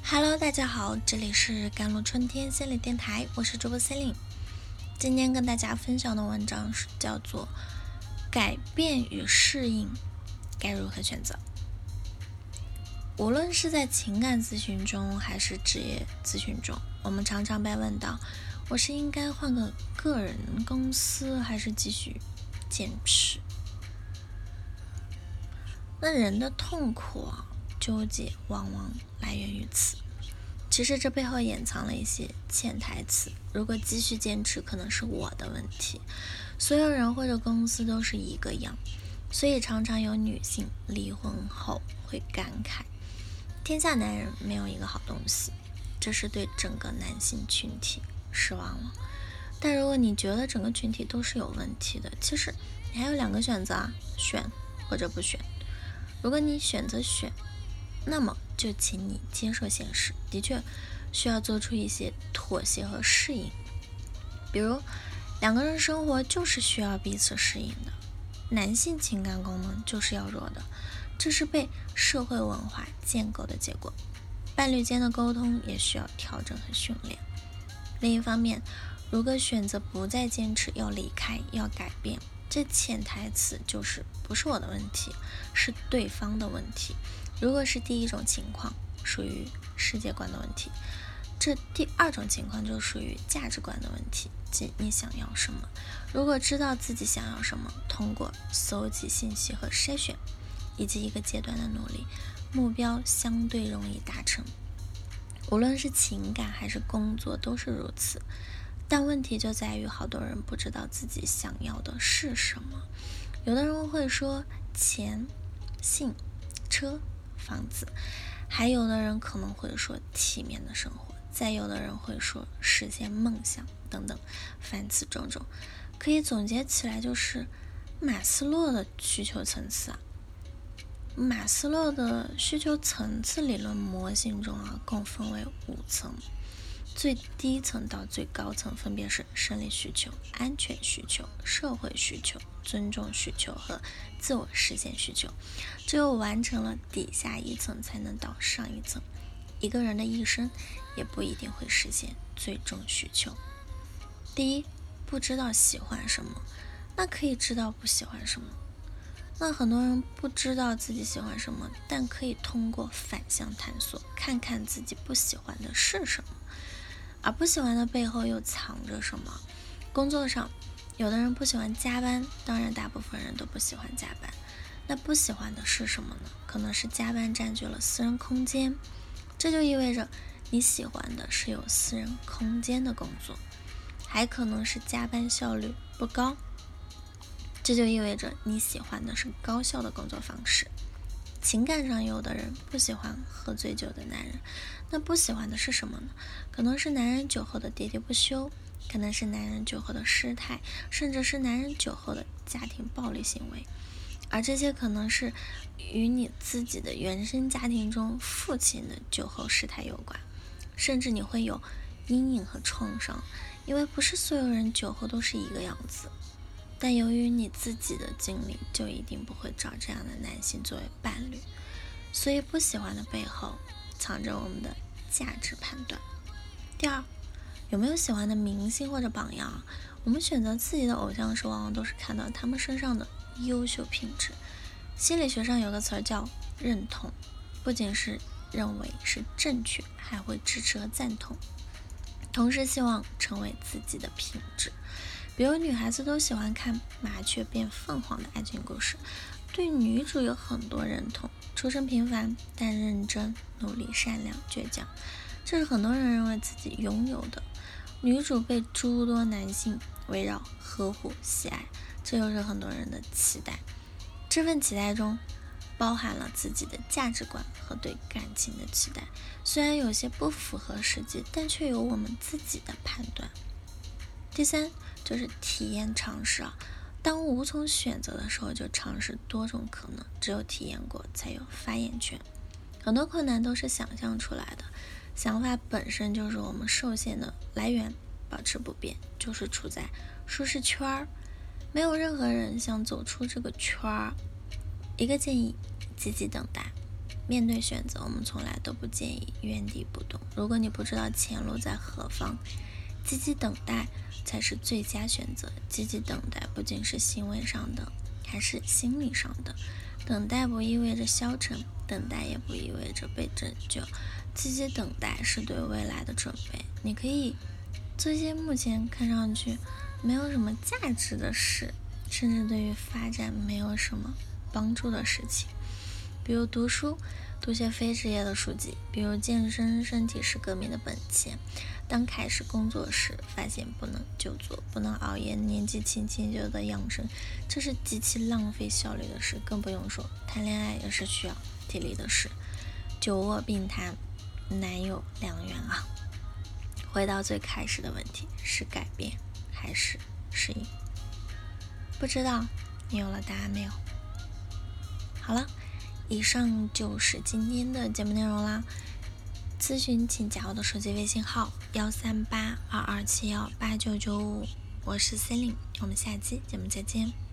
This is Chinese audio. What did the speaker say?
Hello，大家好，这里是甘露春天心理电台，我是主播 Celine。今天跟大家分享的文章是叫做改变与适应该如何选择。无论是在情感咨询中还是职业咨询中，我们常常被问到，我是应该换个个人公司还是继续坚持？那人的痛苦纠结往往来源于此。其实这背后掩藏了一些潜台词，如果继续坚持可能是我的问题，所有人或者公司都是一个样，所以常常有女性离婚后会感慨，天下男人没有一个好东西，这是对整个男性群体失望了。但如果你觉得整个群体都是有问题的，其实你还有两个选择，选或者不选。如果你选择选，那么就请你接受现实，的确需要做出一些妥协和适应。比如两个人生活就是需要彼此适应的，男性情感功能就是要弱的，这是被社会文化建构的结果。伴侣间的沟通也需要调整和训练。另一方面，如果选择不再坚持，要离开，要改变，这潜台词就是不是我的问题，是对方的问题。如果是第一种情况，属于世界观的问题，这第二种情况就属于价值观的问题，即你想要什么。如果知道自己想要什么，通过搜集信息和筛选，以及一个阶段的努力，目标相对容易达成。无论是情感还是工作都是如此。但问题就在于好多人不知道自己想要的是什么。有的人会说钱、性、车、房子，还有的人可能会说体面的生活，再有的人会说实现梦想等等，凡此种种，可以总结起来就是马斯洛的需求层次马斯洛的需求层次理论模型中共分为5层，最低层到最高层分别是生理需求、安全需求、社会需求、尊重需求和自我实现需求。只有完成了底下一层才能到上一层。一个人的一生也不一定会实现最终需求。第一，不知道喜欢什么，那可以知道不喜欢什么。那很多人不知道自己喜欢什么，但可以通过反向探索，看看自己不喜欢的是什么，而不喜欢的背后又藏着什么。工作上，有的人不喜欢加班，当然大部分人都不喜欢加班。那不喜欢的是什么呢？可能是加班占据了私人空间，这就意味着你喜欢的是有私人空间的工作，还可能是加班效率不高，这就意味着你喜欢的是高效的工作方式。情感上，有的人不喜欢喝醉酒的男人，那不喜欢的是什么呢？可能是男人酒后的喋喋不休，可能是男人酒后的失态，甚至是男人酒后的家庭暴力行为。而这些可能是与你自己的原生家庭中父亲的酒后失态有关，甚至你会有阴影和创伤，因为不是所有人酒后都是一个样子。但由于你自己的经历，就一定不会找这样的男性作为伴侣，所以不喜欢的背后藏着我们的价值判断。第二，有没有喜欢的明星或者榜样？我们选择自己的偶像时，往往都是看到他们身上的优秀品质。心理学上有个词叫认同，不仅是认为是正确，还会支持和赞同，同时希望成为自己的品质。比如女孩子都喜欢看麻雀变凤凰的爱情故事，对女主有很多认同，出身平凡但认真、努力、善良、倔强，这是很多人认为自己拥有的。女主被诸多男性围绕、呵护、喜爱，这又是很多人的期待。这份期待中包含了自己的价值观和对感情的期待，虽然有些不符合实际，但却有我们自己的判断。第三，就是体验尝试当无从选择的时候，就尝试多种可能，只有体验过才有发言权。很多困难都是想象出来的，想法本身就是我们受限的来源，保持不变就是处在舒适圈，没有任何人想走出这个圈。一个建议，积极等待， 面对选择，我们从来都不建议原地不动。如果你不知道前路在何方，积极等待才是最佳选择。积极等待不仅是行为上的，还是心理上的。等待不意味着消沉，等待也不意味着被拯救。积极等待是对未来的准备。你可以做一些目前看上去没有什么价值的事，甚至对于发展没有什么帮助的事情，比如读书，读些非职业的书籍，比如健身，身体是革命的本钱。当开始工作时，发现不能久坐，不能熬夜，年纪轻轻就得养生，这是极其浪费效率的事。更不用说谈恋爱也是需要体力的事，久卧病榻，难有良缘啊。回到最开始的问题，是改变还是适应？不知道你有了答案没有？好了，以上就是今天的节目内容啦。咨询请加我的手机微信号13822718995，我是 Celine，我们下期节目再见。